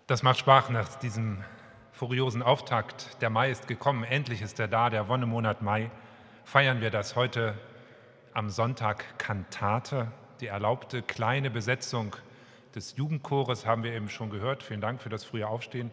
Das macht Spaß nach diesem furiosen Auftakt. Der Mai ist gekommen, endlich ist er da, der Wonnemonat Mai. Feiern wir das heute am Sonntag Kantate. Die erlaubte kleine Besetzung des Jugendchores haben wir eben schon gehört. Vielen Dank für das frühe Aufstehen.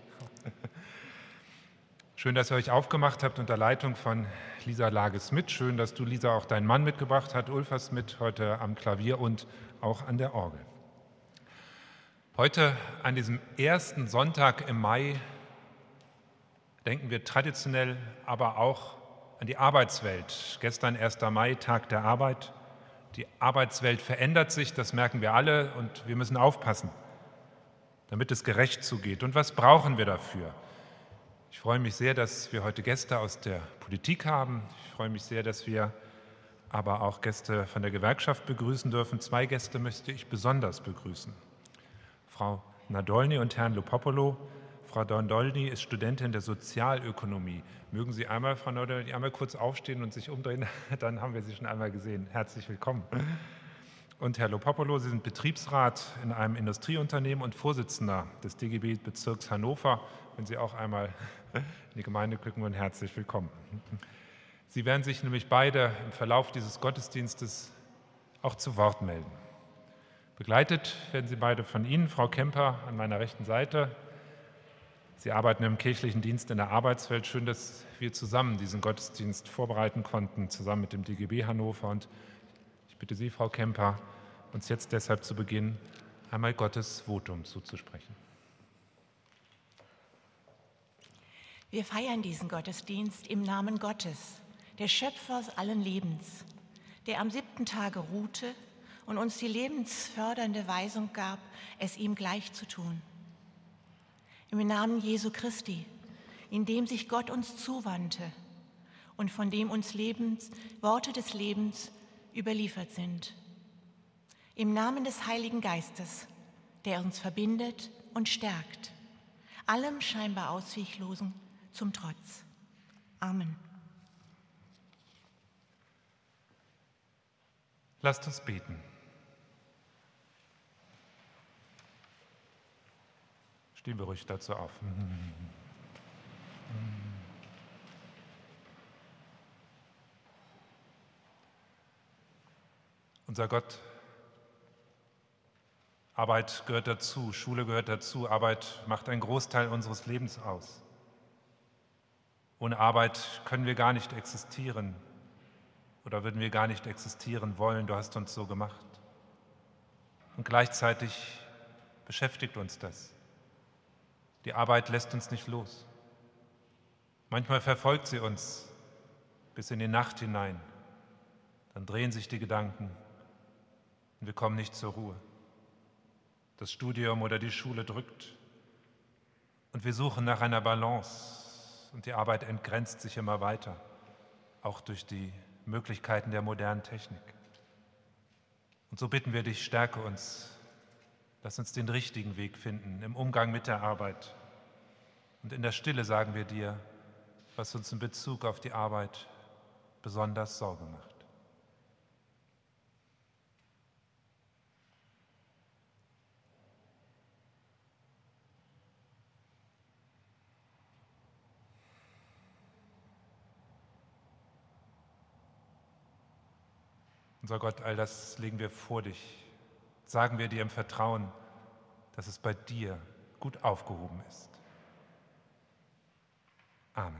Schön, dass ihr euch aufgemacht habt unter Leitung von Lisa Lage-Smith. Schön, dass du, Lisa, auch deinen Mann mitgebracht hast, Ulfa Smith, heute am Klavier und auch an der Orgel. Heute, an diesem ersten Sonntag im Mai, denken wir traditionell aber auch an die Arbeitswelt. Gestern 1. Mai, Tag der Arbeit. Die Arbeitswelt verändert sich, das merken wir alle, und wir müssen aufpassen, damit es gerecht zugeht. Und was brauchen wir dafür? Ich freue mich sehr, dass wir heute Gäste aus der Politik haben. Ich freue mich sehr, dass wir aber auch Gäste von der Gewerkschaft begrüßen dürfen. 2 Gäste möchte ich besonders begrüßen. Frau Nadolny und Herrn Lopopolo. Frau Nadolny ist Studentin der Sozialökonomie. Mögen Sie einmal, Frau Nadolny, einmal kurz aufstehen und sich umdrehen? Dann haben wir Sie schon einmal gesehen. Herzlich willkommen. Und Herr Lopopolo, Sie sind Betriebsrat in einem Industrieunternehmen und Vorsitzender des DGB-Bezirks Hannover. Wenn Sie auch einmal in die Gemeinde gucken wollen, herzlich willkommen. Sie werden sich nämlich beide im Verlauf dieses Gottesdienstes auch zu Wort melden. Begleitet werden Sie beide von Ihnen, Frau Kemper an meiner rechten Seite. Sie arbeiten im kirchlichen Dienst in der Arbeitswelt. Schön, dass wir zusammen diesen Gottesdienst vorbereiten konnten, zusammen mit dem DGB Hannover. Und ich bitte Sie, Frau Kemper, uns jetzt deshalb zu Beginn einmal Gottes Votum zuzusprechen. Wir feiern diesen Gottesdienst im Namen Gottes, der Schöpfer allen Lebens, der am 7. Tage ruhte und uns die lebensfördernde Weisung gab, es ihm gleich zu tun. Im Namen Jesu Christi, in dem sich Gott uns zuwandte und von dem uns Worte des Lebens überliefert sind. Im Namen des Heiligen Geistes, der uns verbindet und stärkt, allem scheinbar Ausweglosen zum Trotz. Amen. Lasst uns beten. Stehen wir ruhig dazu auf. Unser Gott, Arbeit gehört dazu, Schule gehört dazu, Arbeit macht einen Großteil unseres Lebens aus. Ohne Arbeit können wir gar nicht existieren oder würden wir gar nicht existieren wollen. Du hast uns so gemacht. Und gleichzeitig beschäftigt uns das. Die Arbeit lässt uns nicht los. Manchmal verfolgt sie uns bis in die Nacht hinein. Dann drehen sich die Gedanken und wir kommen nicht zur Ruhe. Das Studium oder die Schule drückt und wir suchen nach einer Balance und die Arbeit entgrenzt sich immer weiter, auch durch die Möglichkeiten der modernen Technik. Und so bitten wir dich, stärke uns. Lass uns den richtigen Weg finden im Umgang mit der Arbeit. Und in der Stille sagen wir dir, was uns in Bezug auf die Arbeit besonders Sorge macht. Unser Gott, all das legen wir vor dich. Sagen wir dir im Vertrauen, dass es bei dir gut aufgehoben ist. Amen.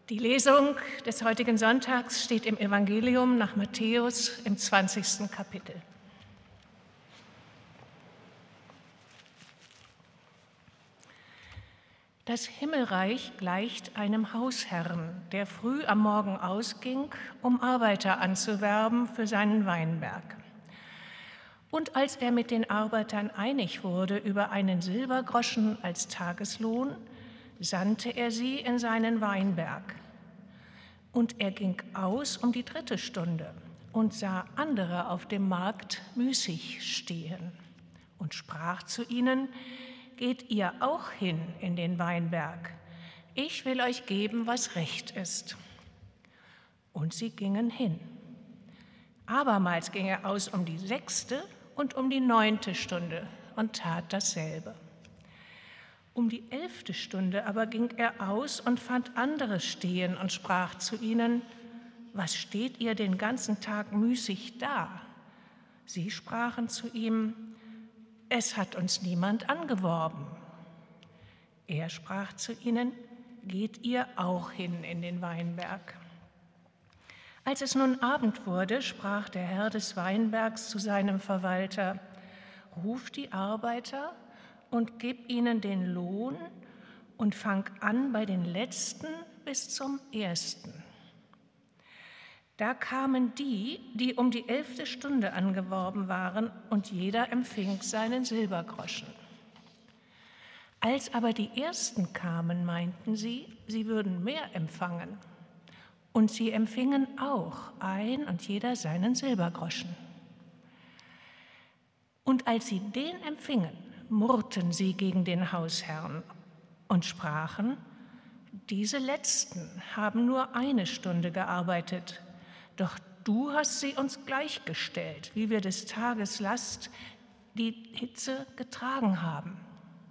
Die Lesung des heutigen Sonntags steht im Evangelium nach Matthäus im 20. Kapitel. Das Himmelreich gleicht einem Hausherrn, der früh am Morgen ausging, um Arbeiter anzuwerben für seinen Weinberg. Und als er mit den Arbeitern einig wurde über einen Silbergroschen als Tageslohn, sandte er sie in seinen Weinberg. Und er ging aus um die 3. Stunde und sah andere auf dem Markt müßig stehen und sprach zu ihnen: Geht ihr auch hin in den Weinberg? Ich will euch geben, was recht ist. Und sie gingen hin. Abermals ging er aus um die 6. und um die 9. Stunde und tat dasselbe. Um die 11. Stunde aber ging er aus und fand andere stehen und sprach zu ihnen: Was steht ihr den ganzen Tag müßig da? Sie sprachen zu ihm: Es hat uns niemand angeworben. Er sprach zu ihnen: Geht ihr auch hin in den Weinberg? Als es nun Abend wurde, sprach der Herr des Weinbergs zu seinem Verwalter: Ruf die Arbeiter und gib ihnen den Lohn und fang an bei den Letzten bis zum Ersten. Da kamen die, die um die 11. Stunde angeworben waren, und jeder empfing seinen Silbergroschen. Als aber die Ersten kamen, meinten sie, sie würden mehr empfangen. Und sie empfingen auch ein und jeder seinen Silbergroschen. Und als sie den empfingen, murrten sie gegen den Hausherrn und sprachen: Diese Letzten haben nur 1 Stunde gearbeitet, doch du hast sie uns gleichgestellt, wie wir des Tages Last, die Hitze getragen haben.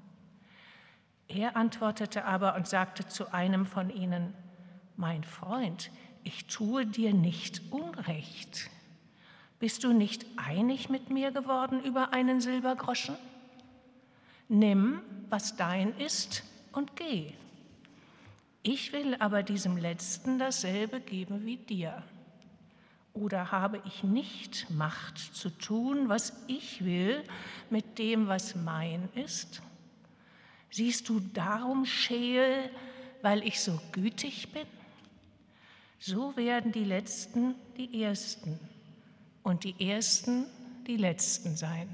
Er antwortete aber und sagte zu einem von ihnen: Mein Freund, ich tue dir nicht Unrecht. Bist du nicht einig mit mir geworden über einen Silbergroschen? Nimm, was dein ist, und geh. Ich will aber diesem Letzten dasselbe geben wie dir. Oder habe ich nicht Macht zu tun, was ich will, mit dem, was mein ist? Siehst du darum scheel, weil ich so gütig bin? So werden die Letzten die Ersten und die Ersten die Letzten sein.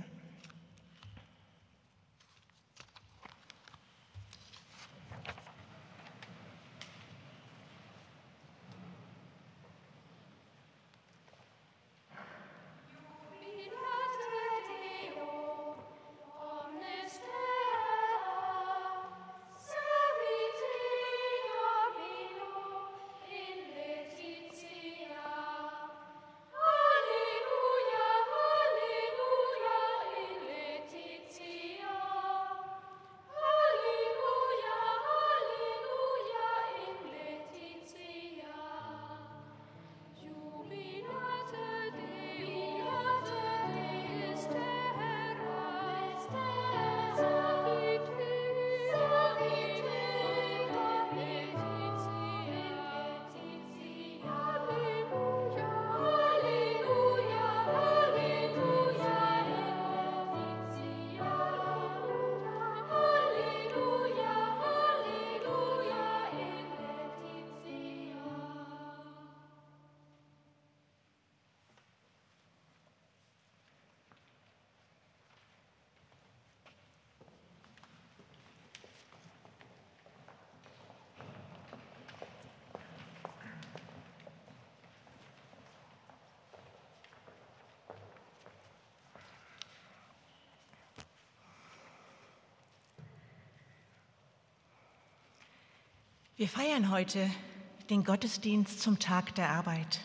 Wir feiern heute den Gottesdienst zum Tag der Arbeit.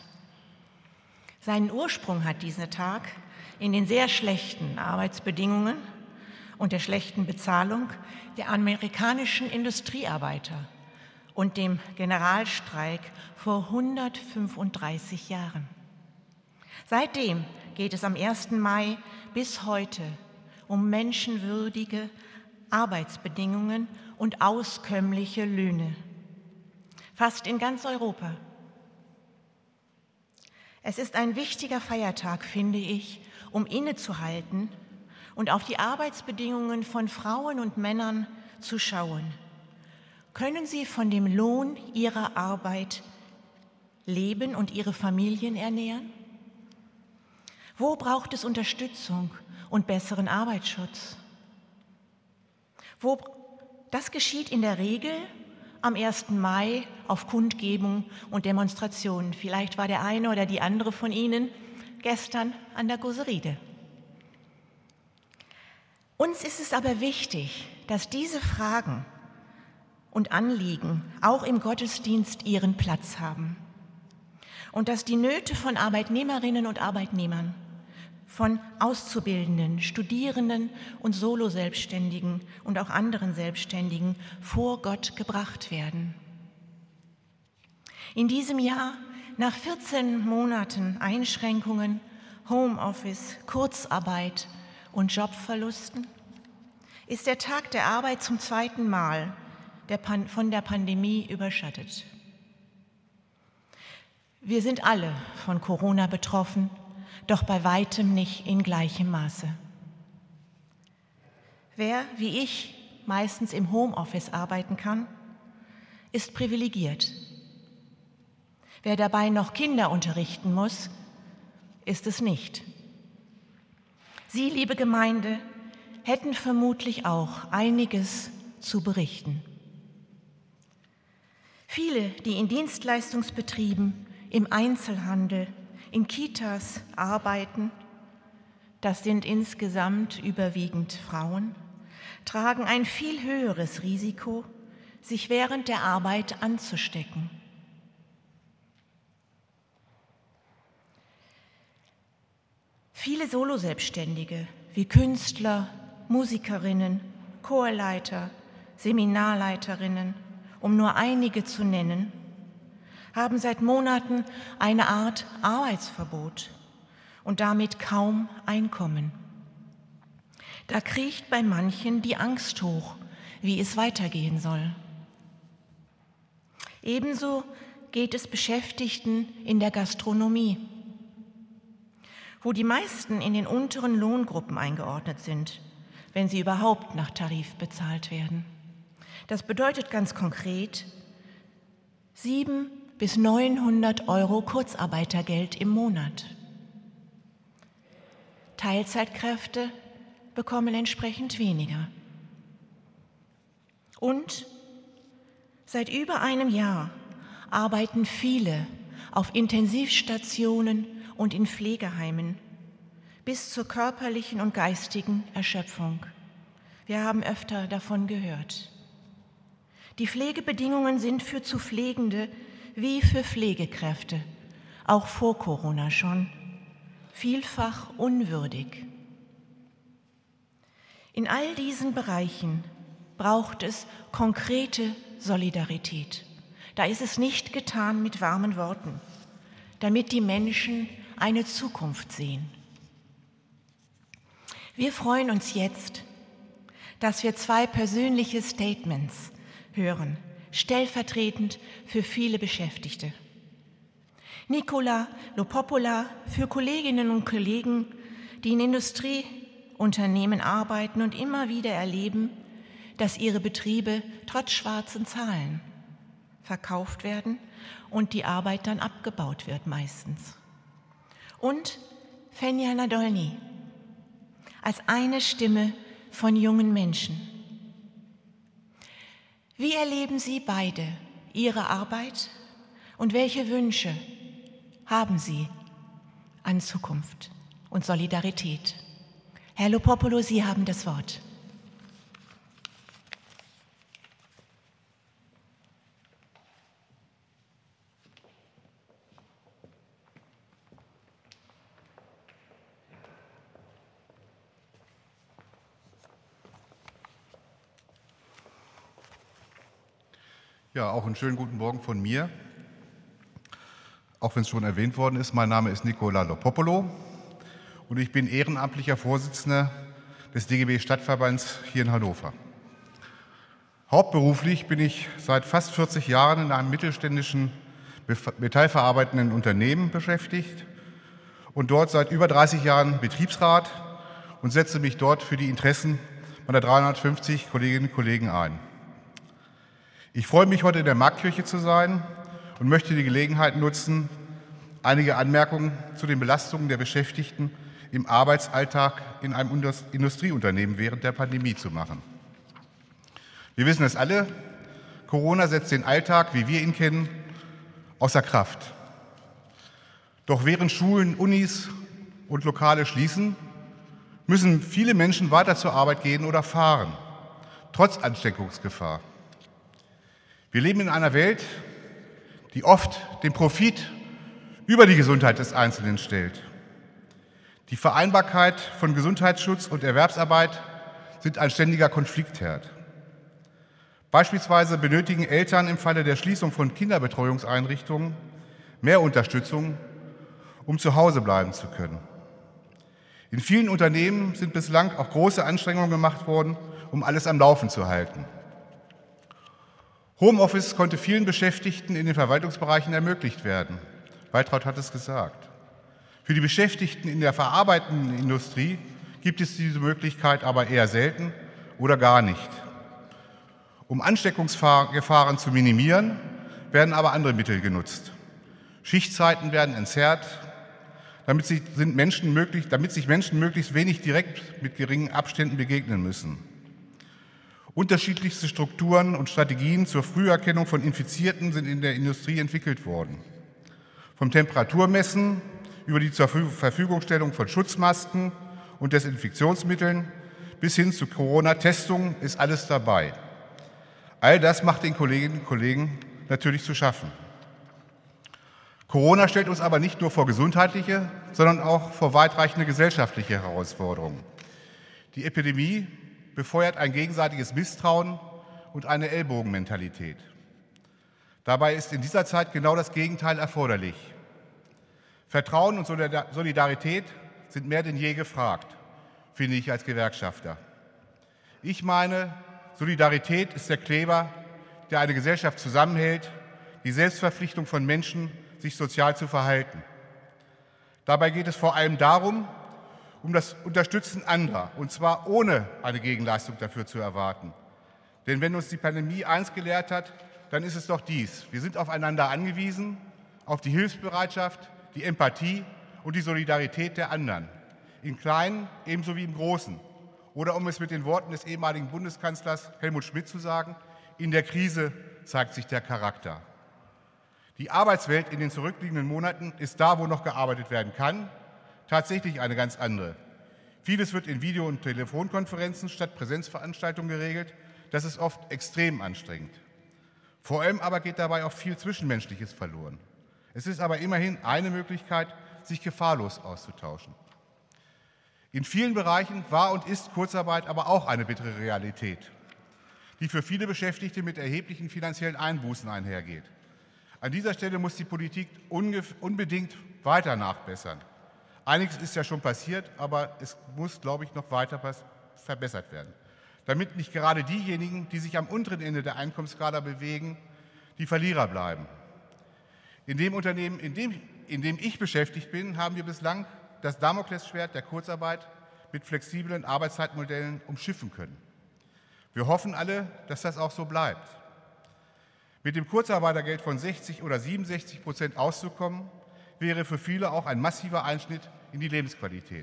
Seinen Ursprung hat dieser Tag in den sehr schlechten Arbeitsbedingungen und der schlechten Bezahlung der amerikanischen Industriearbeiter und dem Generalstreik vor 135 Jahren. Seitdem geht es am 1. Mai bis heute um menschenwürdige Arbeitsbedingungen und auskömmliche Löhne. fast in ganz Europa. Es ist ein wichtiger Feiertag, finde ich, um innezuhalten und auf die Arbeitsbedingungen von Frauen und Männern zu schauen. Können sie von dem Lohn ihrer Arbeit leben und ihre Familien ernähren? Wo braucht es Unterstützung und besseren Arbeitsschutz? Das geschieht in der Regel am 1. Mai auf Kundgebungen und Demonstrationen. Vielleicht war der eine oder die andere von Ihnen gestern an der Goseride. Uns ist es aber wichtig, dass diese Fragen und Anliegen auch im Gottesdienst ihren Platz haben und dass die Nöte von Arbeitnehmerinnen und Arbeitnehmern, von Auszubildenden, Studierenden und Soloselbstständigen und auch anderen Selbstständigen vor Gott gebracht werden. In diesem Jahr, nach 14 Monaten Einschränkungen, Homeoffice, Kurzarbeit und Jobverlusten, ist der Tag der Arbeit zum zweiten Mal von der Pandemie überschattet. Wir sind alle von Corona betroffen, doch bei weitem nicht in gleichem Maße. Wer, wie ich, meistens im Homeoffice arbeiten kann, ist privilegiert. Wer dabei noch Kinder unterrichten muss, ist es nicht. Sie, liebe Gemeinde, hätten vermutlich auch einiges zu berichten. Viele, die in Dienstleistungsbetrieben, im Einzelhandel, in Kitas arbeiten, das sind insgesamt überwiegend Frauen, tragen ein viel höheres Risiko, sich während der Arbeit anzustecken. Viele Soloselbstständige wie Künstler, Musikerinnen, Chorleiter, Seminarleiterinnen, um nur einige zu nennen, haben seit Monaten eine Art Arbeitsverbot und damit kaum Einkommen. Da kriecht bei manchen die Angst hoch, wie es weitergehen soll. Ebenso geht es Beschäftigten in der Gastronomie, wo die meisten in den unteren Lohngruppen eingeordnet sind, wenn sie überhaupt nach Tarif bezahlt werden. Das bedeutet ganz konkret 700 bis 900 € Kurzarbeitergeld im Monat. Teilzeitkräfte bekommen entsprechend weniger. Und seit über einem Jahr arbeiten viele auf Intensivstationen und in Pflegeheimen bis zur körperlichen und geistigen Erschöpfung. Wir haben öfter davon gehört. Die Pflegebedingungen sind für zu Pflegende wie für Pflegekräfte, auch vor Corona schon, vielfach unwürdig. In all diesen Bereichen braucht es konkrete Solidarität. Da ist es nicht getan mit warmen Worten, damit die Menschen eine Zukunft sehen. Wir freuen uns jetzt, dass wir 2 persönliche Statements hören, stellvertretend für viele Beschäftigte. Nicola Lopopola für Kolleginnen und Kollegen, die in Industrieunternehmen arbeiten und immer wieder erleben, dass ihre Betriebe trotz schwarzen Zahlen verkauft werden und die Arbeit dann abgebaut wird meistens. Und Fenja Nadolny als eine Stimme von jungen Menschen. Wie erleben Sie beide Ihre Arbeit und welche Wünsche haben Sie an Zukunft und Solidarität? Herr Lopopolo, Sie haben das Wort. Ja, auch einen schönen guten Morgen von mir. Auch wenn es schon erwähnt worden ist, mein Name ist Nicola Lopopolo und ich bin ehrenamtlicher Vorsitzender des DGB Stadtverbands hier in Hannover. Hauptberuflich bin ich seit fast 40 Jahren in einem mittelständischen metallverarbeitenden Unternehmen beschäftigt und dort seit über 30 Jahren Betriebsrat und setze mich dort für die Interessen meiner 350 Kolleginnen und Kollegen ein. Ich freue mich, heute in der Marktkirche zu sein und möchte die Gelegenheit nutzen, einige Anmerkungen zu den Belastungen der Beschäftigten im Arbeitsalltag in einem Industrieunternehmen während der Pandemie zu machen. Wir wissen es alle, Corona setzt den Alltag, wie wir ihn kennen, außer Kraft. Doch während Schulen, Unis und Lokale schließen, müssen viele Menschen weiter zur Arbeit gehen oder fahren, trotz Ansteckungsgefahr. Wir leben in einer Welt, die oft den Profit über die Gesundheit des Einzelnen stellt. Die Vereinbarkeit von Gesundheitsschutz und Erwerbsarbeit sind ein ständiger Konfliktherd. Beispielsweise benötigen Eltern im Falle der Schließung von Kinderbetreuungseinrichtungen mehr Unterstützung, um zu Hause bleiben zu können. In vielen Unternehmen sind bislang auch große Anstrengungen gemacht worden, um alles am Laufen zu halten. Homeoffice konnte vielen Beschäftigten in den Verwaltungsbereichen ermöglicht werden. Waltraud hat es gesagt. Für die Beschäftigten in der verarbeitenden Industrie gibt es diese Möglichkeit aber eher selten oder gar nicht. Um Ansteckungsgefahren zu minimieren, werden aber andere Mittel genutzt. Schichtzeiten werden entzerrt, damit sich Menschen möglichst wenig direkt mit geringen Abständen begegnen müssen. Unterschiedlichste Strukturen und Strategien zur Früherkennung von Infizierten sind in der Industrie entwickelt worden. Vom Temperaturmessen über die zur Verfügungstellung von Schutzmasken und Desinfektionsmitteln bis hin zu Corona-Testungen ist alles dabei. All das macht den Kolleginnen und Kollegen natürlich zu schaffen. Corona stellt uns aber nicht nur vor gesundheitliche, sondern auch vor weitreichende gesellschaftliche Herausforderungen. Die Epidemie befeuert ein gegenseitiges Misstrauen und eine Ellbogenmentalität. Dabei ist in dieser Zeit genau das Gegenteil erforderlich. Vertrauen und Solidarität sind mehr denn je gefragt, finde ich als Gewerkschafter. Ich meine, Solidarität ist der Kleber, der eine Gesellschaft zusammenhält, die Selbstverpflichtung von Menschen, sich sozial zu verhalten. Dabei geht es vor allem darum, um das Unterstützen anderer, und zwar ohne eine Gegenleistung dafür zu erwarten. Denn wenn uns die Pandemie eins gelehrt hat, dann ist es doch dies: Wir sind aufeinander angewiesen, auf die Hilfsbereitschaft, die Empathie und die Solidarität der anderen, im Kleinen ebenso wie im Großen. Oder um es mit den Worten des ehemaligen Bundeskanzlers Helmut Schmidt zu sagen: In der Krise zeigt sich der Charakter. Die Arbeitswelt in den zurückliegenden Monaten ist da, wo noch gearbeitet werden kann, tatsächlich eine ganz andere. Vieles wird in Video- und Telefonkonferenzen statt Präsenzveranstaltungen geregelt. Das ist oft extrem anstrengend. Vor allem aber geht dabei auch viel Zwischenmenschliches verloren. Es ist aber immerhin eine Möglichkeit, sich gefahrlos auszutauschen. In vielen Bereichen war und ist Kurzarbeit aber auch eine bittere Realität, die für viele Beschäftigte mit erheblichen finanziellen Einbußen einhergeht. An dieser Stelle muss die Politik unbedingt weiter nachbessern. Einiges ist ja schon passiert, aber es muss, glaube ich, noch weiter verbessert werden, damit nicht gerade diejenigen, die sich am unteren Ende der Einkommensskala bewegen, die Verlierer bleiben. In dem Unternehmen, in dem ich beschäftigt bin, haben wir bislang das Damoklesschwert der Kurzarbeit mit flexiblen Arbeitszeitmodellen umschiffen können. Wir hoffen alle, dass das auch so bleibt. Mit dem Kurzarbeitergeld von 60 oder 67% auszukommen, wäre für viele auch ein massiver Einschnitt in die Lebensqualität.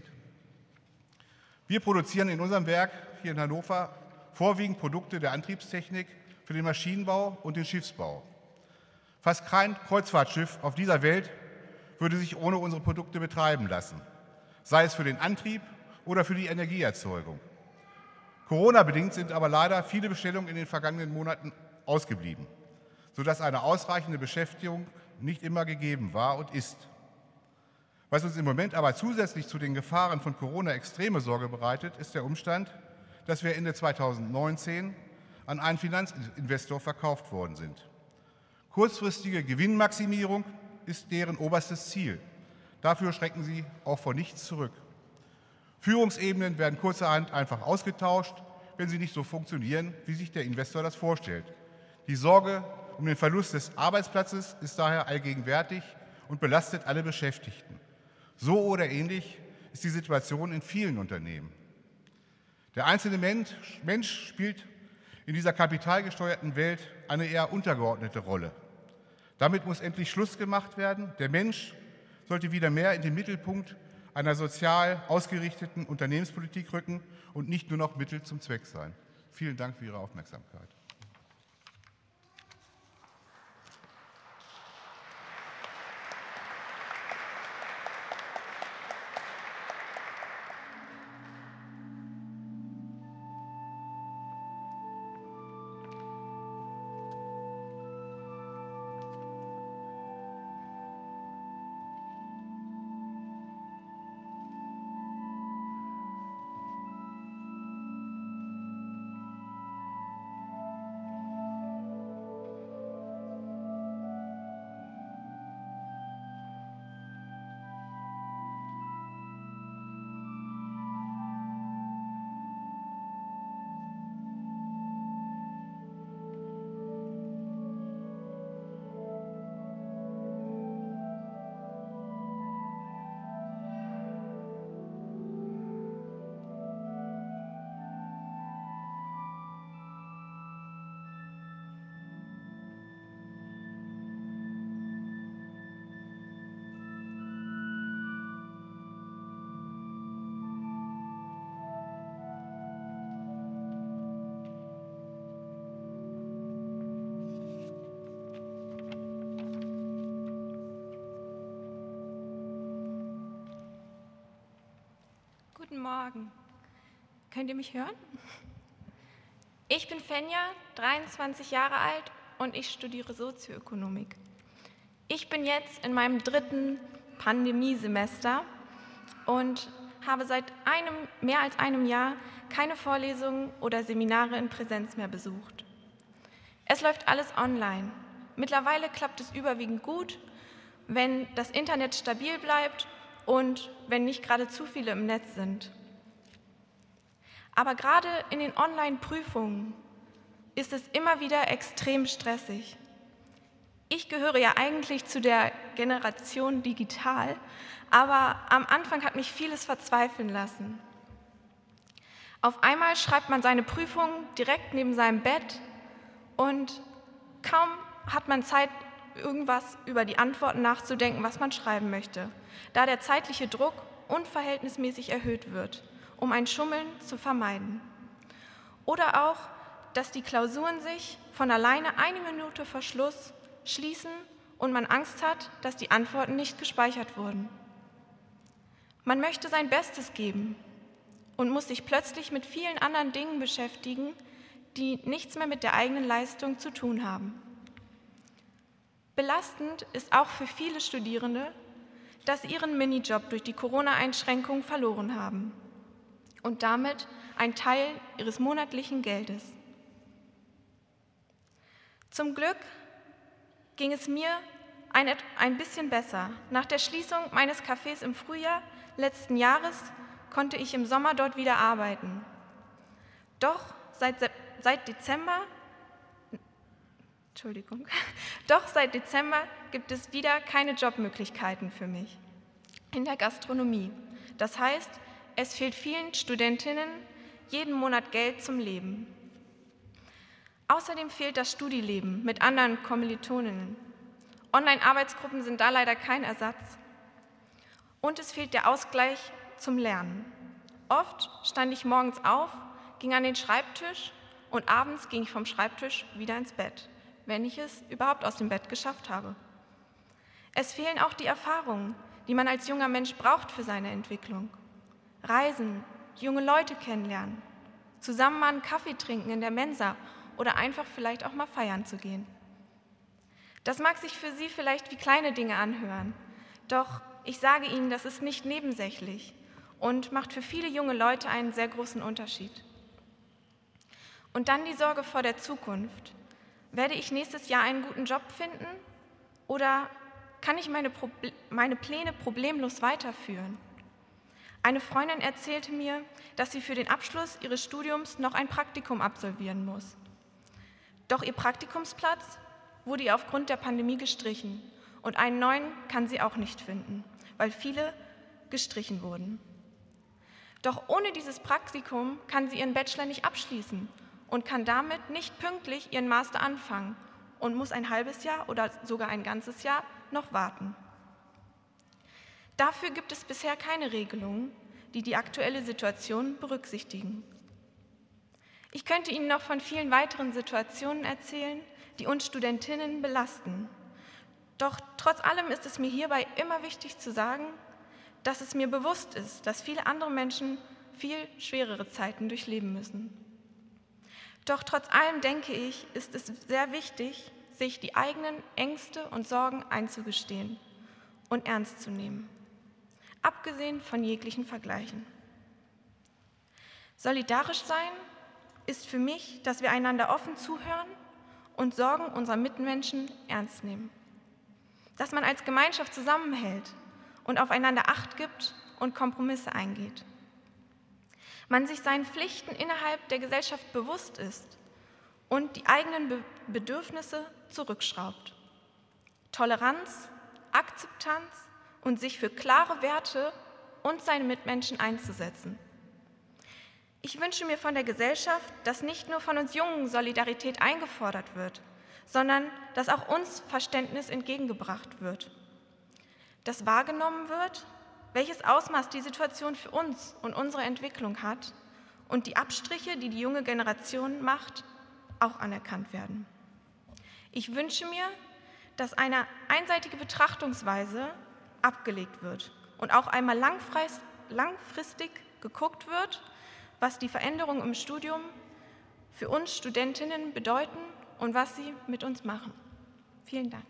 Wir produzieren in unserem Werk hier in Hannover vorwiegend Produkte der Antriebstechnik für den Maschinenbau und den Schiffsbau. Fast kein Kreuzfahrtschiff auf dieser Welt würde sich ohne unsere Produkte betreiben lassen, sei es für den Antrieb oder für die Energieerzeugung. Corona-bedingt sind aber leider viele Bestellungen in den vergangenen Monaten ausgeblieben, sodass eine ausreichende Beschäftigung nicht immer gegeben war und ist. Was uns im Moment aber zusätzlich zu den Gefahren von Corona extreme Sorge bereitet, ist der Umstand, dass wir Ende 2019 an einen Finanzinvestor verkauft worden sind. Kurzfristige Gewinnmaximierung ist deren oberstes Ziel. Dafür schrecken sie auch vor nichts zurück. Führungsebenen werden kurzerhand einfach ausgetauscht, wenn sie nicht so funktionieren, wie sich der Investor das vorstellt. Die Sorge um den Verlust des Arbeitsplatzes ist daher allgegenwärtig und belastet alle Beschäftigten. So oder ähnlich ist die Situation in vielen Unternehmen. Der einzelne Mensch spielt in dieser kapitalgesteuerten Welt eine eher untergeordnete Rolle. Damit muss endlich Schluss gemacht werden. Der Mensch sollte wieder mehr in den Mittelpunkt einer sozial ausgerichteten Unternehmenspolitik rücken und nicht nur noch Mittel zum Zweck sein. Vielen Dank für Ihre Aufmerksamkeit. Guten Morgen. Könnt ihr mich hören? Ich bin Fenja, 23 Jahre alt und ich studiere Sozioökonomik. Ich bin jetzt in meinem 3. Pandemiesemester und habe seit mehr als einem Jahr keine Vorlesungen oder Seminare in Präsenz mehr besucht. Es läuft alles online. Mittlerweile klappt es überwiegend gut, wenn das Internet stabil bleibt und wenn nicht gerade zu viele im Netz sind. Aber gerade in den Online-Prüfungen ist es immer wieder extrem stressig. Ich gehöre ja eigentlich zu der Generation digital, aber am Anfang hat mich vieles verzweifeln lassen. Auf einmal schreibt man seine Prüfung direkt neben seinem Bett und kaum hat man Zeit, irgendwas über die Antworten nachzudenken, was man schreiben möchte, da der zeitliche Druck unverhältnismäßig erhöht wird, um ein Schummeln zu vermeiden. Oder auch, dass die Klausuren sich von alleine 1 Minute vor Schluss schließen und man Angst hat, dass die Antworten nicht gespeichert wurden. Man möchte sein Bestes geben und muss sich plötzlich mit vielen anderen Dingen beschäftigen, die nichts mehr mit der eigenen Leistung zu tun haben. Belastend ist auch für viele Studierende, dass sie ihren Minijob durch die Corona-Einschränkungen verloren haben und damit einen Teil ihres monatlichen Geldes. Zum Glück ging es mir ein bisschen besser. Nach der Schließung meines Cafés im Frühjahr letzten Jahres konnte ich im Sommer dort wieder arbeiten. Doch seit Dezember gibt es wieder keine Jobmöglichkeiten für mich in der Gastronomie. Das heißt, es fehlt vielen Studentinnen jeden Monat Geld zum Leben. Außerdem fehlt das Studieleben mit anderen Kommilitoninnen. Online-Arbeitsgruppen sind da leider kein Ersatz. Und es fehlt der Ausgleich zum Lernen. Oft stand ich morgens auf, ging an den Schreibtisch und abends ging ich vom Schreibtisch wieder ins Bett, wenn ich es überhaupt aus dem Bett geschafft habe. Es fehlen auch die Erfahrungen, die man als junger Mensch braucht für seine Entwicklung. Reisen, junge Leute kennenlernen, zusammen mal einen Kaffee trinken in der Mensa oder einfach vielleicht auch mal feiern zu gehen. Das mag sich für Sie vielleicht wie kleine Dinge anhören, doch ich sage Ihnen, das ist nicht nebensächlich und macht für viele junge Leute einen sehr großen Unterschied. Und dann die Sorge vor der Zukunft. Werde ich nächstes Jahr einen guten Job finden oder kann ich meine Pläne problemlos weiterführen? Eine Freundin erzählte mir, dass sie für den Abschluss ihres Studiums noch ein Praktikum absolvieren muss. Doch ihr Praktikumsplatz wurde ihr aufgrund der Pandemie gestrichen und einen neuen kann sie auch nicht finden, weil viele gestrichen wurden. Doch ohne dieses Praktikum kann sie ihren Bachelor nicht abschließen und kann damit nicht pünktlich ihren Master anfangen und muss ein halbes Jahr oder sogar ein ganzes Jahr noch warten. Dafür gibt es bisher keine Regelungen, die die aktuelle Situation berücksichtigen. Ich könnte Ihnen noch von vielen weiteren Situationen erzählen, die uns Studentinnen belasten. Doch trotz allem ist es mir hierbei immer wichtig zu sagen, dass es mir bewusst ist, dass viele andere Menschen viel schwerere Zeiten durchleben müssen. Doch trotz allem denke ich, ist es sehr wichtig, sich die eigenen Ängste und Sorgen einzugestehen und ernst zu nehmen, abgesehen von jeglichen Vergleichen. Solidarisch sein ist für mich, dass wir einander offen zuhören und Sorgen unserer Mitmenschen ernst nehmen. Dass man als Gemeinschaft zusammenhält und aufeinander Acht gibt und Kompromisse eingeht. Man sich seinen Pflichten innerhalb der Gesellschaft bewusst ist und die eigenen Bedürfnisse zurückschraubt. Toleranz, Akzeptanz und sich für klare Werte und seine Mitmenschen einzusetzen. Ich wünsche mir von der Gesellschaft, dass nicht nur von uns Jungen Solidarität eingefordert wird, sondern dass auch uns Verständnis entgegengebracht wird. Dass wahrgenommen wird, welches Ausmaß die Situation für uns und unsere Entwicklung hat und die Abstriche, die die junge Generation macht, auch anerkannt werden. Ich wünsche mir, dass eine einseitige Betrachtungsweise abgelegt wird und auch einmal langfristig geguckt wird, was die Veränderungen im Studium für uns Studentinnen bedeuten und was sie mit uns machen. Vielen Dank.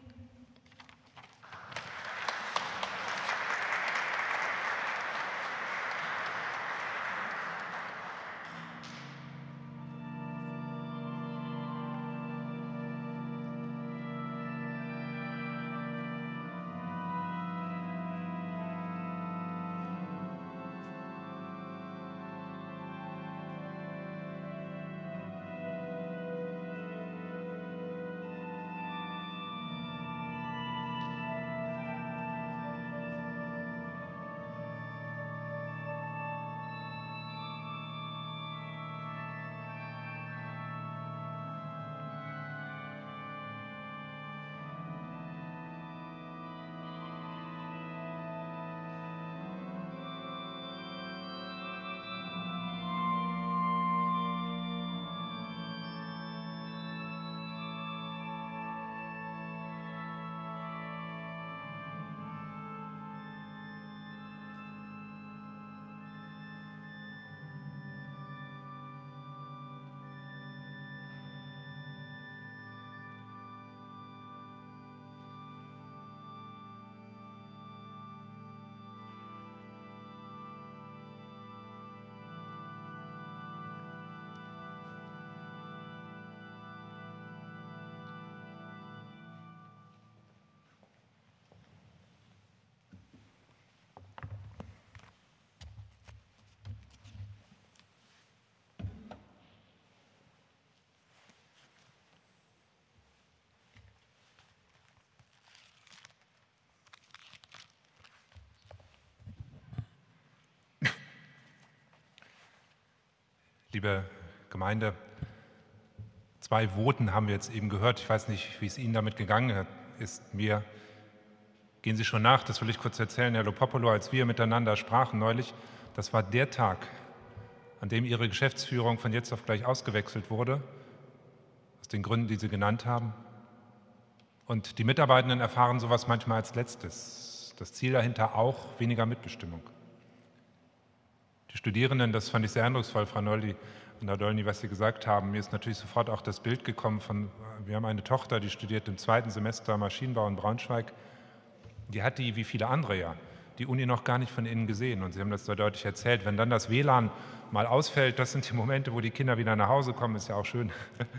Liebe Gemeinde, 2 Voten haben wir jetzt eben gehört. Ich weiß nicht, wie es Ihnen damit gegangen ist. Mir gehen Sie schon nach, das will ich kurz erzählen. Herr Lopopolo, als wir miteinander sprachen neulich, das war der Tag, an dem Ihre Geschäftsführung von jetzt auf gleich ausgewechselt wurde, aus den Gründen, die Sie genannt haben. Und die Mitarbeitenden erfahren sowas manchmal als Letztes. Das Ziel dahinter auch weniger Mitbestimmung. Die Studierenden, das fand ich sehr eindrucksvoll, Frau Noldi und Herr Dolny, was Sie gesagt haben. Mir ist natürlich sofort auch das Bild gekommen wir haben eine Tochter, die studiert im 2. Semester Maschinenbau in Braunschweig. Die hat wie viele andere ja, die Uni noch gar nicht von innen gesehen. Und Sie haben das so deutlich erzählt. Wenn dann das WLAN mal ausfällt, das sind die Momente, wo die Kinder wieder nach Hause kommen, ist ja auch schön.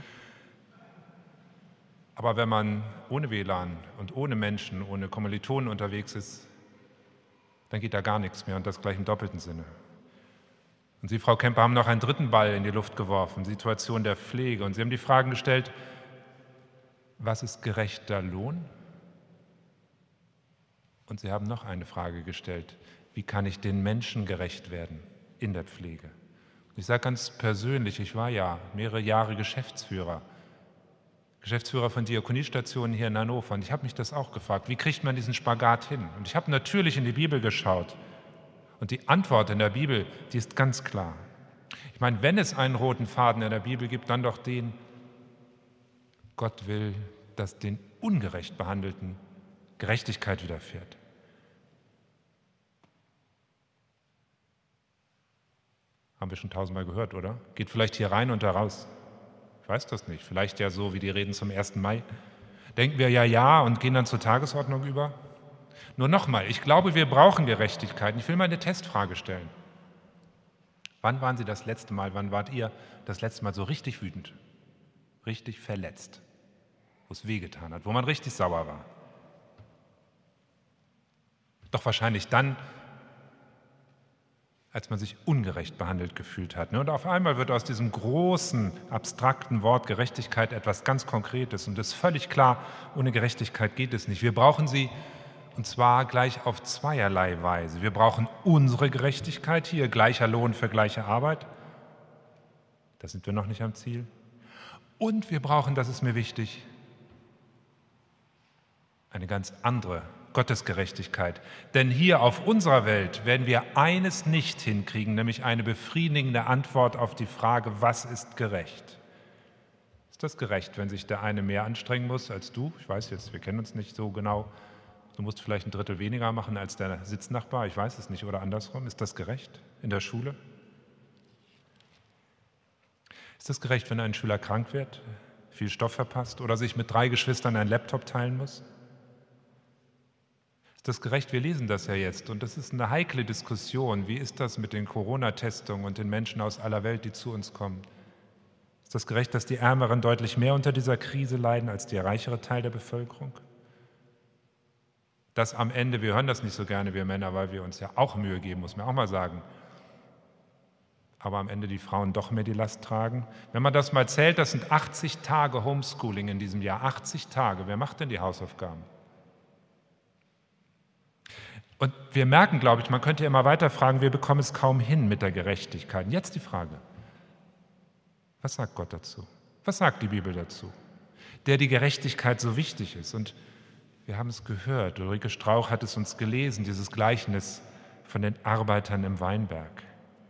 Aber wenn man ohne WLAN und ohne Menschen, ohne Kommilitonen unterwegs ist, dann geht da gar nichts mehr und das gleich im doppelten Sinne. Und Sie, Frau Kemper, haben noch einen dritten Ball in die Luft geworfen, Situation der Pflege. Und Sie haben die Fragen gestellt, was ist gerechter Lohn? Und Sie haben noch eine Frage gestellt, wie kann ich den Menschen gerecht werden in der Pflege? Und ich sage ganz persönlich, ich war ja mehrere Jahre Geschäftsführer von Diakoniestationen hier in Hannover. Und ich habe mich das auch gefragt, wie kriegt man diesen Spagat hin? Und ich habe natürlich in die Bibel geschaut. Und die Antwort in der Bibel, die ist ganz klar. Ich meine, wenn es einen roten Faden in der Bibel gibt, dann doch den, Gott will, dass den ungerecht Behandelten Gerechtigkeit widerfährt. Haben wir schon 1000-mal gehört, oder? Geht vielleicht hier rein und da raus. Ich weiß das nicht. Vielleicht ja so wie die Reden zum 1. Mai. Denken wir ja und gehen dann zur Tagesordnung über. Nur nochmal, ich glaube, wir brauchen Gerechtigkeit. Ich will mal eine Testfrage stellen. Wann waren Sie das letzte Mal, wann wart ihr das letzte Mal so richtig wütend, richtig verletzt, wo es wehgetan hat, wo man richtig sauer war? Doch wahrscheinlich dann, als man sich ungerecht behandelt gefühlt hat. Und auf einmal wird aus diesem großen, abstrakten Wort Gerechtigkeit etwas ganz Konkretes. Und es ist völlig klar, ohne Gerechtigkeit geht es nicht. Wir brauchen sie, und zwar gleich auf zweierlei Weise. Wir brauchen unsere Gerechtigkeit hier, gleicher Lohn für gleiche Arbeit. Da sind wir noch nicht am Ziel. Und wir brauchen, das ist mir wichtig, eine ganz andere Gottesgerechtigkeit. Denn hier auf unserer Welt werden wir eines nicht hinkriegen, nämlich eine befriedigende Antwort auf die Frage, was ist gerecht? Ist das gerecht, wenn sich der eine mehr anstrengen muss als du? Ich weiß jetzt, wir kennen uns nicht so genau. Du musst vielleicht ein Drittel weniger machen als der Sitznachbar, ich weiß es nicht, oder andersrum. Ist das gerecht in der Schule? Ist das gerecht, wenn ein Schüler krank wird, viel Stoff verpasst oder sich mit 3 Geschwistern einen Laptop teilen muss? Ist das gerecht? Wir lesen das ja jetzt und das ist eine heikle Diskussion. Wie ist das mit den Corona-Testungen und den Menschen aus aller Welt, die zu uns kommen? Ist das gerecht, dass die Ärmeren deutlich mehr unter dieser Krise leiden als der reichere Teil der Bevölkerung? Dass am Ende, wir hören das nicht so gerne, wir Männer, weil wir uns ja auch Mühe geben, muss man auch mal sagen, aber am Ende die Frauen doch mehr die Last tragen. Wenn man das mal zählt, das sind 80 Tage Homeschooling in diesem Jahr, 80 Tage. Wer macht denn die Hausaufgaben? Und wir merken, glaube ich, man könnte ja immer weiter fragen, wir bekommen es kaum hin mit der Gerechtigkeit. Und jetzt die Frage, was sagt Gott dazu? Was sagt die Bibel dazu? Der die Gerechtigkeit so wichtig ist. Und wir haben es gehört, Ulrike Strauch hat es uns gelesen, dieses Gleichnis von den Arbeitern im Weinberg.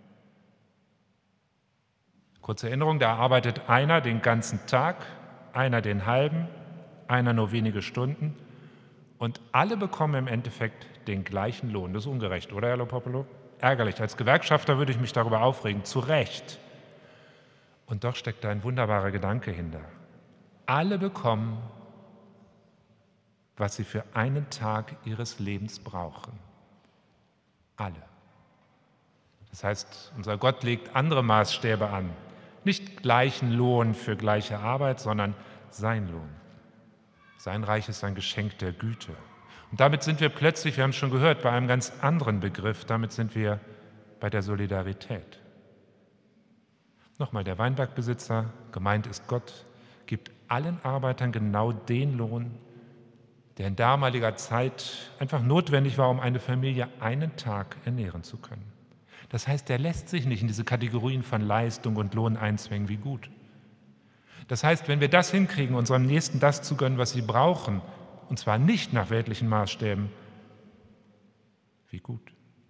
Kurze Erinnerung, da arbeitet einer den ganzen Tag, einer den halben, einer nur wenige Stunden und alle bekommen im Endeffekt den gleichen Lohn. Das ist ungerecht, oder, Herr Lopopolo? Ärgerlich. Als Gewerkschafter würde ich mich darüber aufregen, zu Recht. Und doch steckt da ein wunderbarer Gedanke hinter. Alle bekommen, was sie für einen Tag ihres Lebens brauchen. Alle. Das heißt, unser Gott legt andere Maßstäbe an. Nicht gleichen Lohn für gleiche Arbeit, sondern sein Lohn. Sein Reich ist ein Geschenk der Güte. Und damit sind wir plötzlich, wir haben es schon gehört, bei einem ganz anderen Begriff. Damit sind wir bei der Solidarität. Nochmal, der Weinbergbesitzer, gemeint ist Gott, gibt allen Arbeitern genau den Lohn, der in damaliger Zeit einfach notwendig war, um eine Familie einen Tag ernähren zu können. Das heißt, er lässt sich nicht in diese Kategorien von Leistung und Lohn einzwängen wie gut. Das heißt, wenn wir das hinkriegen, unserem Nächsten das zu gönnen, was sie brauchen, und zwar nicht nach weltlichen Maßstäben, wie gut.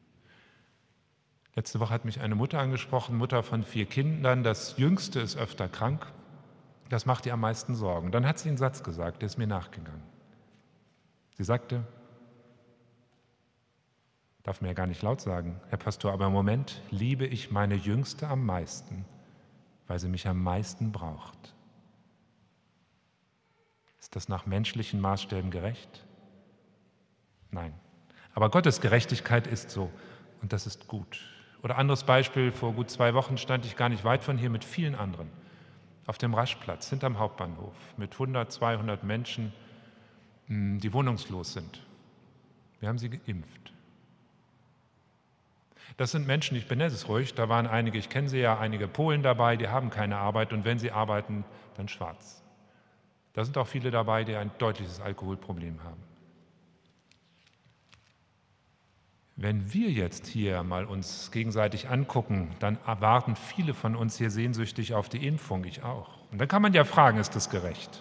Letzte Woche hat mich eine Mutter angesprochen, Mutter von 4 Kindern, das Jüngste ist öfter krank, das macht ihr am meisten Sorgen. Dann hat sie einen Satz gesagt, der ist mir nachgegangen. Sie sagte, darf mir ja gar nicht laut sagen, Herr Pastor, aber im Moment liebe ich meine Jüngste am meisten, weil sie mich am meisten braucht. Ist das nach menschlichen Maßstäben gerecht? Nein. Aber Gottes Gerechtigkeit ist so und das ist gut. Oder anderes Beispiel, vor gut 2 Wochen stand ich gar nicht weit von hier mit vielen anderen auf dem Raschplatz hinterm Hauptbahnhof mit 100, 200 Menschen, die wohnungslos sind. Wir haben sie geimpft. Das sind Menschen, ich benenne es ruhig, da waren einige, ich kenne sie ja, einige Polen dabei, die haben keine Arbeit und wenn sie arbeiten, dann schwarz. Da sind auch viele dabei, die ein deutliches Alkoholproblem haben. Wenn wir jetzt hier mal uns gegenseitig angucken, dann erwarten viele von uns hier sehnsüchtig auf die Impfung, ich auch. Und dann kann man ja fragen, ist das gerecht?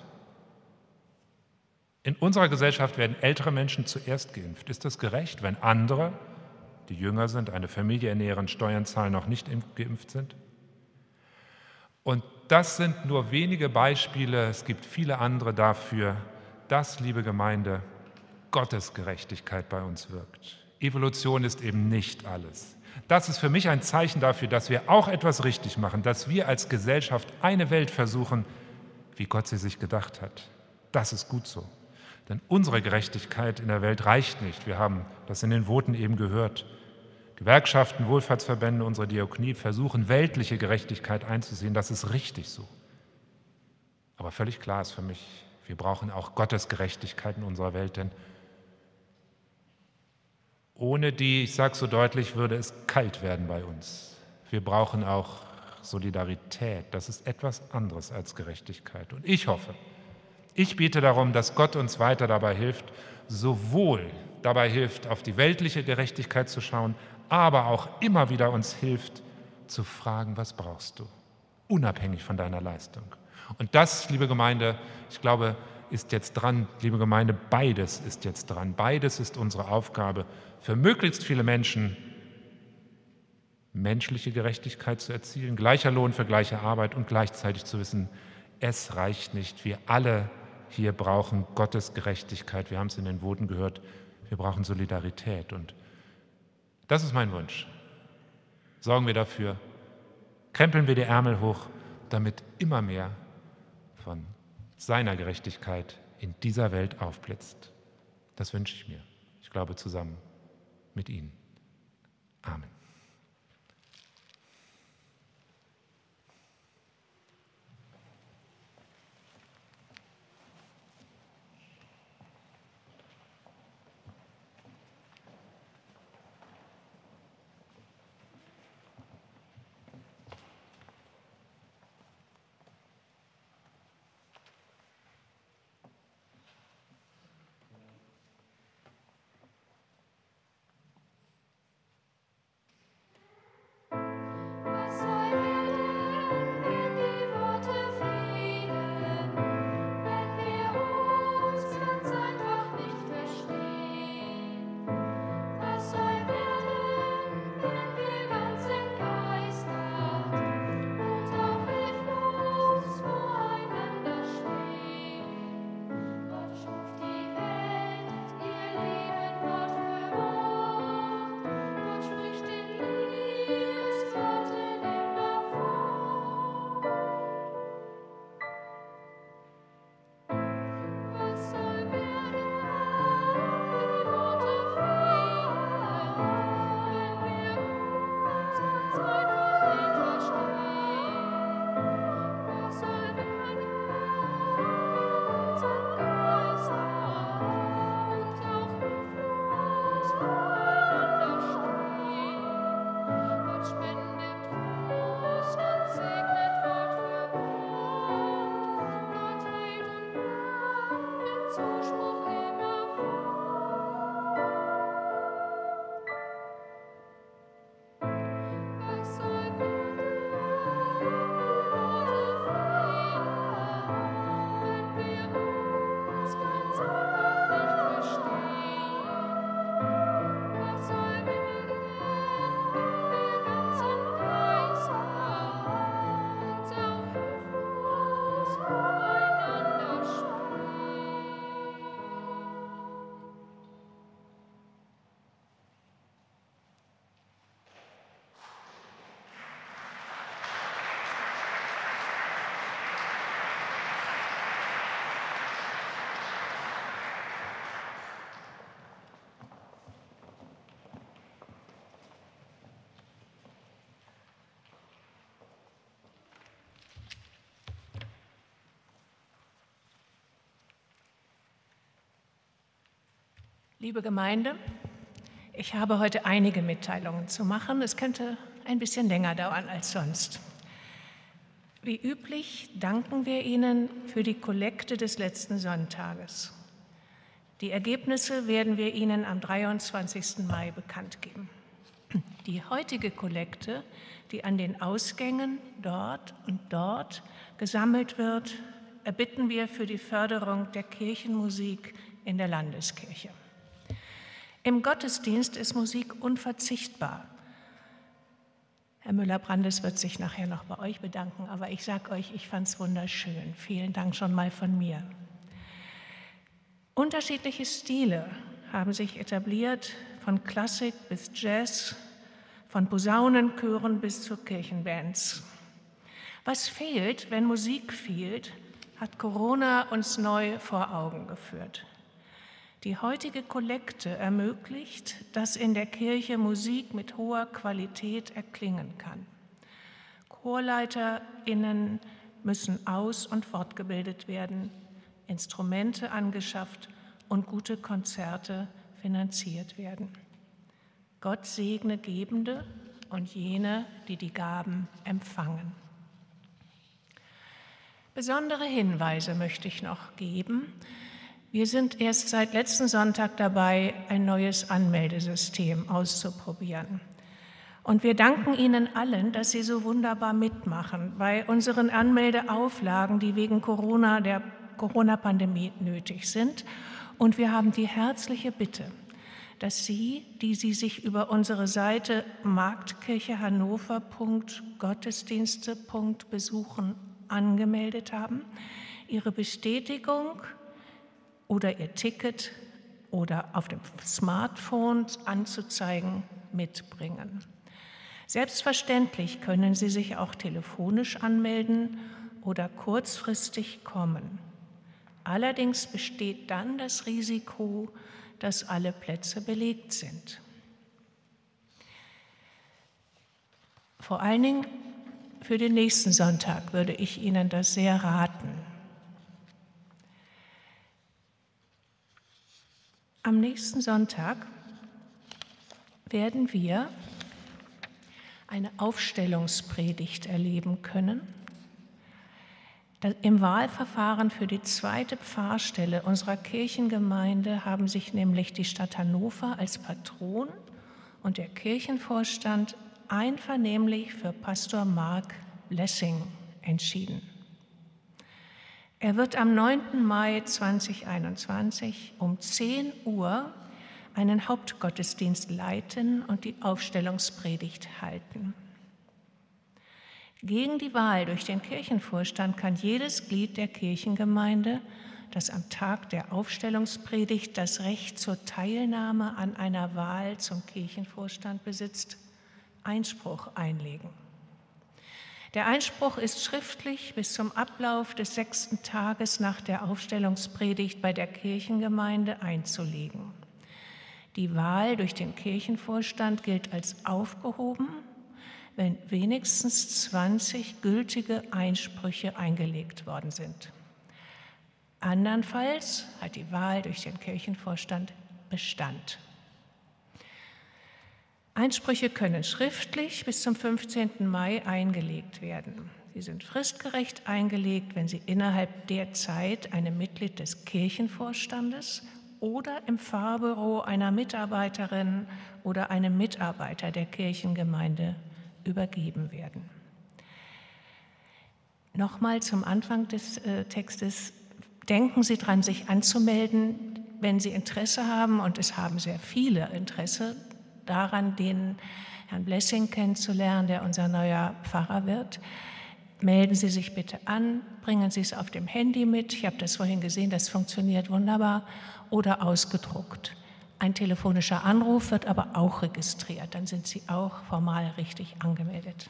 In unserer Gesellschaft werden ältere Menschen zuerst geimpft. Ist das gerecht, wenn andere, die jünger sind, eine Familie ernähren, Steuern zahlen, noch nicht geimpft sind? Und das sind nur wenige Beispiele, es gibt viele andere dafür, dass, liebe Gemeinde, Gottes Gerechtigkeit bei uns wirkt. Evolution ist eben nicht alles. Das ist für mich ein Zeichen dafür, dass wir auch etwas richtig machen, dass wir als Gesellschaft eine Welt versuchen, wie Gott sie sich gedacht hat. Das ist gut so. Denn unsere Gerechtigkeit in der Welt reicht nicht. Wir haben das in den Voten eben gehört. Gewerkschaften, Wohlfahrtsverbände, unsere Diakonie versuchen, weltliche Gerechtigkeit einzusehen. Das ist richtig so. Aber völlig klar ist für mich, wir brauchen auch Gottes Gerechtigkeit in unserer Welt, denn ohne die, ich sage so deutlich, würde es kalt werden bei uns. Wir brauchen auch Solidarität. Das ist etwas anderes als Gerechtigkeit. Und ich hoffe, ich bete darum, dass Gott uns weiter dabei hilft, sowohl dabei hilft, auf die weltliche Gerechtigkeit zu schauen, aber auch immer wieder uns hilft, zu fragen, was brauchst du, unabhängig von deiner Leistung. Und das, liebe Gemeinde, ich glaube, ist jetzt dran, liebe Gemeinde, beides ist jetzt dran. Beides ist unsere Aufgabe, für möglichst viele Menschen menschliche Gerechtigkeit zu erzielen, gleicher Lohn für gleiche Arbeit und gleichzeitig zu wissen, es reicht nicht. Wir alle hier brauchen Gottes Gerechtigkeit. Wir haben es in den Voten gehört, wir brauchen Solidarität. Und das ist mein Wunsch. Sorgen wir dafür, krempeln wir die Ärmel hoch, damit immer mehr von seiner Gerechtigkeit in dieser Welt aufblitzt. Das wünsche ich mir. Ich glaube, zusammen mit Ihnen. Amen. Liebe Gemeinde, Ich habe heute einige Mitteilungen zu machen. Es könnte ein bisschen länger dauern als sonst. Wie üblich danken wir Ihnen für die Kollekte des letzten Sonntages. Die Ergebnisse werden wir Ihnen am 23. Mai bekannt geben. Die heutige Kollekte, die an den Ausgängen dort und dort gesammelt wird, erbitten wir für die Förderung der Kirchenmusik in der Landeskirche. Im Gottesdienst ist Musik unverzichtbar. Herr Müller-Brandes wird sich nachher noch bei euch bedanken, aber ich sage euch, ich fand es wunderschön. Vielen Dank schon mal von mir. Unterschiedliche Stile haben sich etabliert, von Klassik bis Jazz, von Posaunenchören bis zu Kirchenbands. Was fehlt, wenn Musik fehlt, hat Corona uns neu vor Augen geführt. Die heutige Kollekte ermöglicht, dass in der Kirche Musik mit hoher Qualität erklingen kann. ChorleiterInnen müssen aus- und fortgebildet werden, Instrumente angeschafft und gute Konzerte finanziert werden. Gott segne Gebende und jene, die die Gaben empfangen. Besondere Hinweise möchte ich noch geben. Wir sind erst seit letzten Sonntag dabei, ein neues Anmeldesystem auszuprobieren. Und wir danken Ihnen allen, dass Sie so wunderbar mitmachen bei unseren Anmeldeauflagen, die wegen der Corona-Pandemie nötig sind. Und wir haben die herzliche Bitte, dass Sie, die Sie sich über unsere Seite marktkirchehannover.gottesdienste.besuchen angemeldet haben, Ihre Bestätigung oder Ihr Ticket oder auf dem Smartphone anzuzeigen mitbringen. Selbstverständlich können Sie sich auch telefonisch anmelden oder kurzfristig kommen. Allerdings besteht dann das Risiko, dass alle Plätze belegt sind. Vor allen Dingen für den nächsten Sonntag würde ich Ihnen das sehr raten. Am nächsten Sonntag werden wir eine Aufstellungspredigt erleben können. Im Wahlverfahren für die zweite Pfarrstelle unserer Kirchengemeinde haben sich nämlich die Stadt Hannover als Patron und der Kirchenvorstand einvernehmlich für Pastor Mark Blessing entschieden. Er wird am 9. Mai 2021 um 10 Uhr einen Hauptgottesdienst leiten und die Aufstellungspredigt halten. Gegen die Wahl durch den Kirchenvorstand kann jedes Glied der Kirchengemeinde, das am Tag der Aufstellungspredigt das Recht zur Teilnahme an einer Wahl zum Kirchenvorstand besitzt, Einspruch einlegen. Der Einspruch ist schriftlich bis zum Ablauf des 6. Tages nach der Aufstellungspredigt bei der Kirchengemeinde einzulegen. Die Wahl durch den Kirchenvorstand gilt als aufgehoben, wenn wenigstens 20 gültige Einsprüche eingelegt worden sind. Andernfalls hat die Wahl durch den Kirchenvorstand Bestand. Einsprüche können schriftlich bis zum 15. Mai eingelegt werden. Sie sind fristgerecht eingelegt, wenn sie innerhalb der Zeit einem Mitglied des Kirchenvorstandes oder im Pfarrbüro einer Mitarbeiterin oder einem Mitarbeiter der Kirchengemeinde übergeben werden. Nochmal zum Anfang des Textes. Denken Sie daran, sich anzumelden, wenn Sie Interesse haben, und es haben sehr viele Interesse daran, den Herrn Blessing kennenzulernen, der unser neuer Pfarrer wird. Melden Sie sich bitte an, bringen Sie es auf dem Handy mit. Ich habe das vorhin gesehen, das funktioniert wunderbar. Oder ausgedruckt. Ein telefonischer Anruf wird aber auch registriert. Dann sind Sie auch formal richtig angemeldet.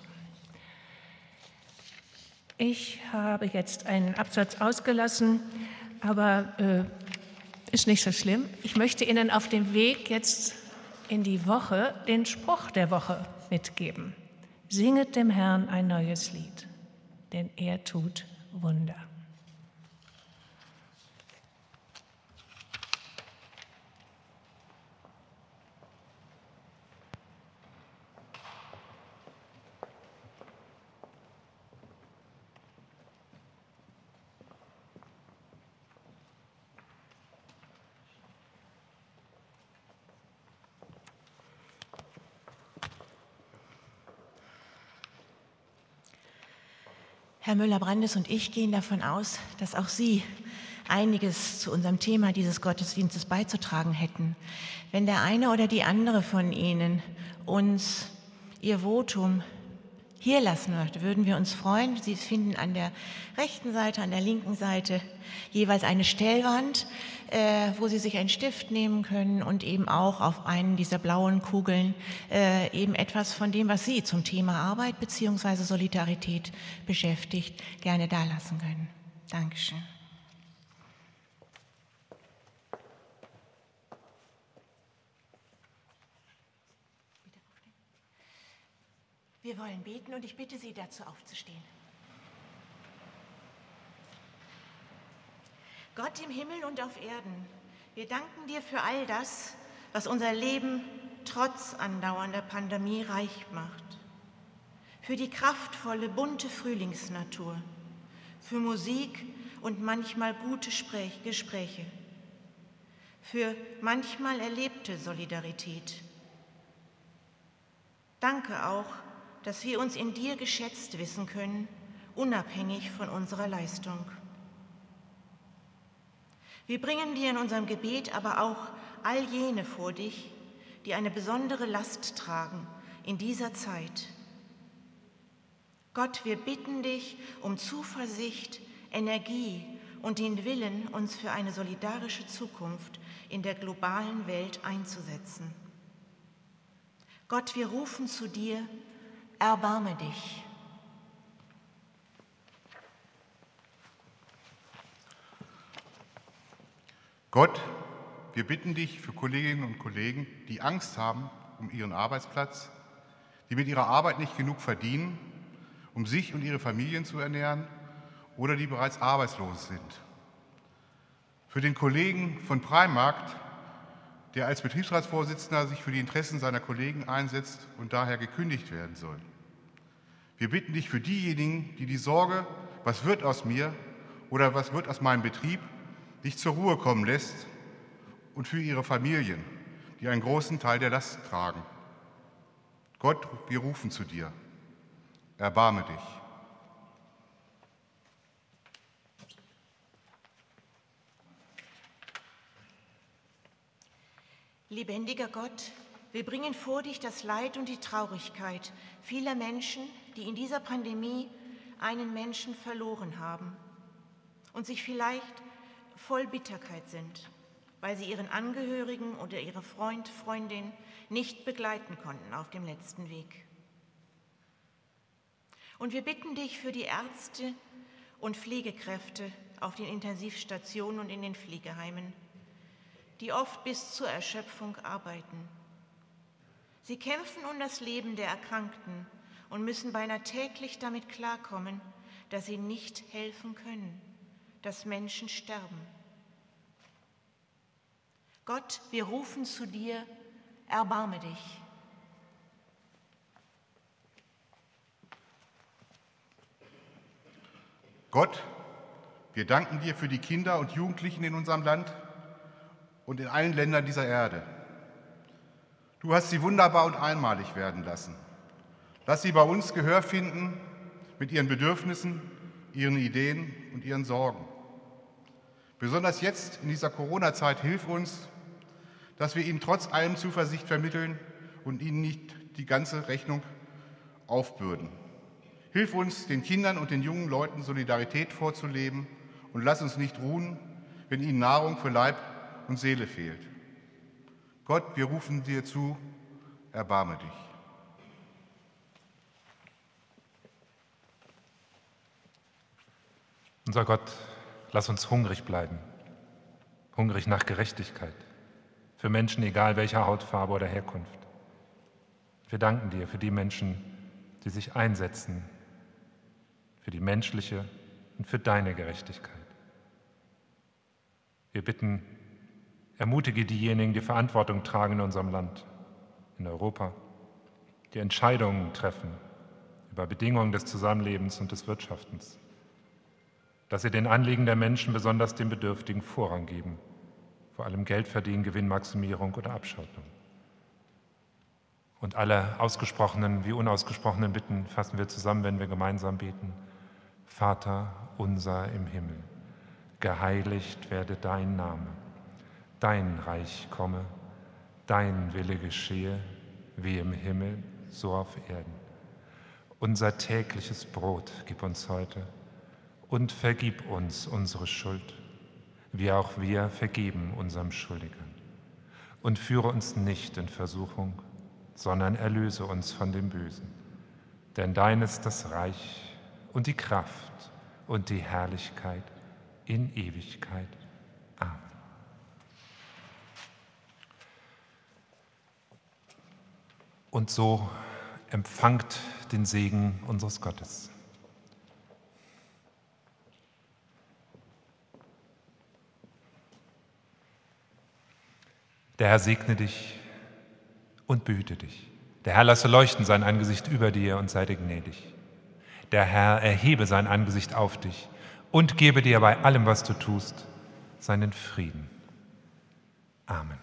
Ich habe jetzt einen Absatz ausgelassen, aber ist nicht so schlimm. Ich möchte Ihnen auf dem Weg jetzt in die Woche den Spruch der Woche mitgeben. Singet dem Herrn ein neues Lied, denn er tut Wunder. Herr Müller-Brandes und ich gehen davon aus, dass auch Sie einiges zu unserem Thema dieses Gottesdienstes beizutragen hätten. Wenn der eine oder die andere von Ihnen uns Ihr Votum hier lassen möchte, würden wir uns freuen. Sie finden an der rechten Seite, an der linken Seite jeweils eine Stellwand, wo Sie sich einen Stift nehmen können und eben auch auf einen dieser blauen Kugeln eben etwas von dem, was Sie zum Thema Arbeit bzw. Solidarität beschäftigt, gerne dalassen können. Dankeschön. Wir wollen beten und ich bitte Sie dazu aufzustehen. Gott im Himmel und auf Erden, wir danken dir für all das, was unser Leben trotz andauernder Pandemie reich macht. Für die kraftvolle, bunte Frühlingsnatur, für Musik und manchmal gute Gespräche, für manchmal erlebte Solidarität. Danke auch, dass wir uns in dir geschätzt wissen können, unabhängig von unserer Leistung. Wir bringen dir in unserem Gebet aber auch all jene vor dich, die eine besondere Last tragen in dieser Zeit. Gott, wir bitten dich um Zuversicht, Energie und den Willen, uns für eine solidarische Zukunft in der globalen Welt einzusetzen. Gott, wir rufen zu dir, erbarme dich. Gott, wir bitten dich für Kolleginnen und Kollegen, die Angst haben um ihren Arbeitsplatz, die mit ihrer Arbeit nicht genug verdienen, um sich und ihre Familien zu ernähren oder die bereits arbeitslos sind. Für den Kollegen von Primarkt, der als Betriebsratsvorsitzender sich für die Interessen seiner Kollegen einsetzt und daher gekündigt werden soll. Wir bitten dich für diejenigen, die die Sorge, was wird aus mir oder was wird aus meinem Betrieb, nicht zur Ruhe kommen lässt, und für ihre Familien, die einen großen Teil der Last tragen. Gott, wir rufen zu dir. Erbarme dich. Lebendiger Gott, wir bringen vor dich das Leid und die Traurigkeit vieler Menschen, die in dieser Pandemie einen Menschen verloren haben und sich vielleicht voll Bitterkeit sind, weil sie ihren Angehörigen oder ihre Freundin nicht begleiten konnten auf dem letzten Weg. Und wir bitten dich für die Ärzte und Pflegekräfte auf den Intensivstationen und in den Pflegeheimen, die oft bis zur Erschöpfung arbeiten. Sie kämpfen um das Leben der Erkrankten und müssen beinahe täglich damit klarkommen, dass sie nicht helfen können, dass Menschen sterben. Gott, wir rufen zu dir, erbarme dich. Gott, wir danken dir für die Kinder und Jugendlichen in unserem Land und in allen Ländern dieser Erde. Du hast sie wunderbar und einmalig werden lassen. Lass sie bei uns Gehör finden mit ihren Bedürfnissen, ihren Ideen und ihren Sorgen. Besonders jetzt in dieser Corona-Zeit hilf uns, dass wir ihnen trotz allem Zuversicht vermitteln und ihnen nicht die ganze Rechnung aufbürden. Hilf uns, den Kindern und den jungen Leuten Solidarität vorzuleben und lass uns nicht ruhen, wenn ihnen Nahrung für Leib und Seele fehlt. Gott, wir rufen dir zu, erbarme dich. Unser Gott, lass uns hungrig bleiben, hungrig nach Gerechtigkeit, für Menschen egal welcher Hautfarbe oder Herkunft. Wir danken dir für die Menschen, die sich einsetzen, für die menschliche und für deine Gerechtigkeit. Wir bitten, ermutige diejenigen, die Verantwortung tragen in unserem Land, in Europa, die Entscheidungen treffen über Bedingungen des Zusammenlebens und des Wirtschaftens, dass sie den Anliegen der Menschen, besonders den Bedürftigen, Vorrang geben, vor allem Geldverdienen, Gewinnmaximierung oder Abschottung. Und alle ausgesprochenen wie unausgesprochenen Bitten fassen wir zusammen, wenn wir gemeinsam beten. Vater unser im Himmel, geheiligt werde dein Name, dein Reich komme, dein Wille geschehe, wie im Himmel, so auf Erden. Unser tägliches Brot gib uns heute und vergib uns unsere Schuld, wie auch wir vergeben unserem Schuldigern. Und führe uns nicht in Versuchung, sondern erlöse uns von dem Bösen. Denn dein ist das Reich und die Kraft und die Herrlichkeit in Ewigkeit. Amen. Und so empfangt den Segen unseres Gottes. Der Herr segne dich und behüte dich. Der Herr lasse leuchten sein Angesicht über dir und sei dir gnädig. Der Herr erhebe sein Angesicht auf dich und gebe dir bei allem, was du tust, seinen Frieden. Amen.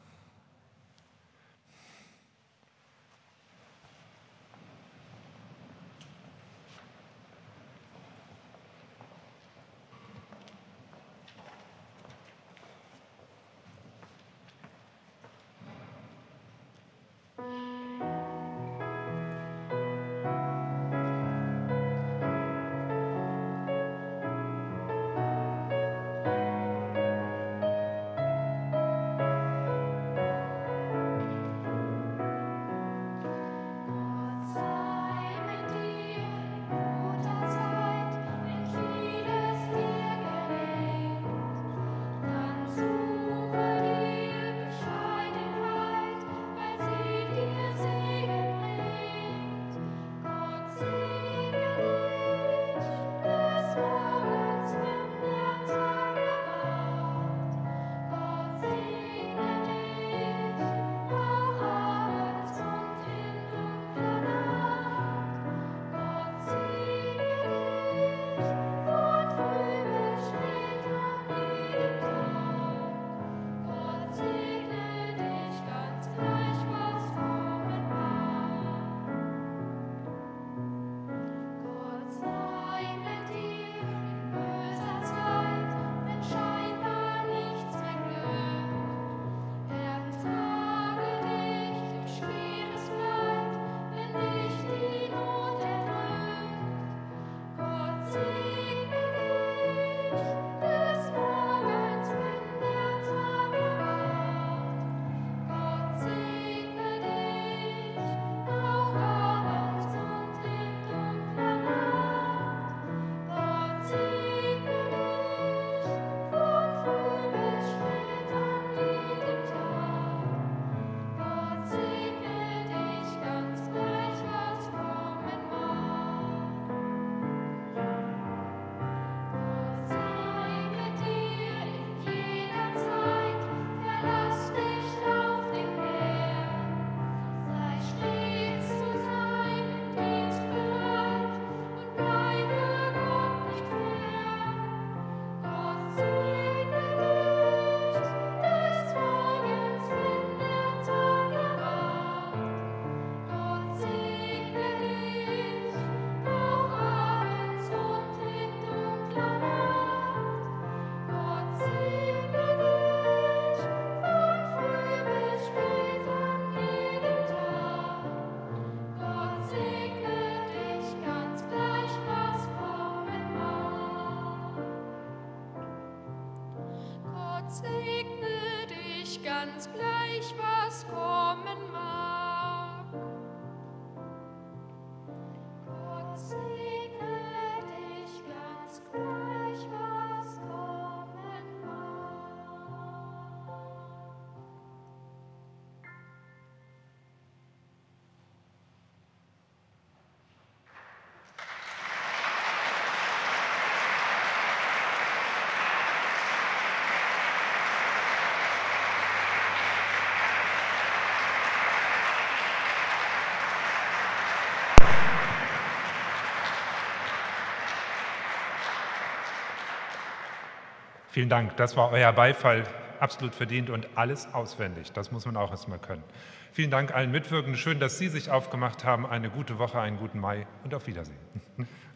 ganz gleich, was kommen mag. Gott segne dich ganz gleich, was kommen mag. Vielen Dank, das war euer Beifall, absolut verdient und alles auswendig. Das muss man auch erstmal können. Vielen Dank allen Mitwirkenden, schön, dass Sie sich aufgemacht haben. Eine gute Woche, einen guten Mai und auf Wiedersehen.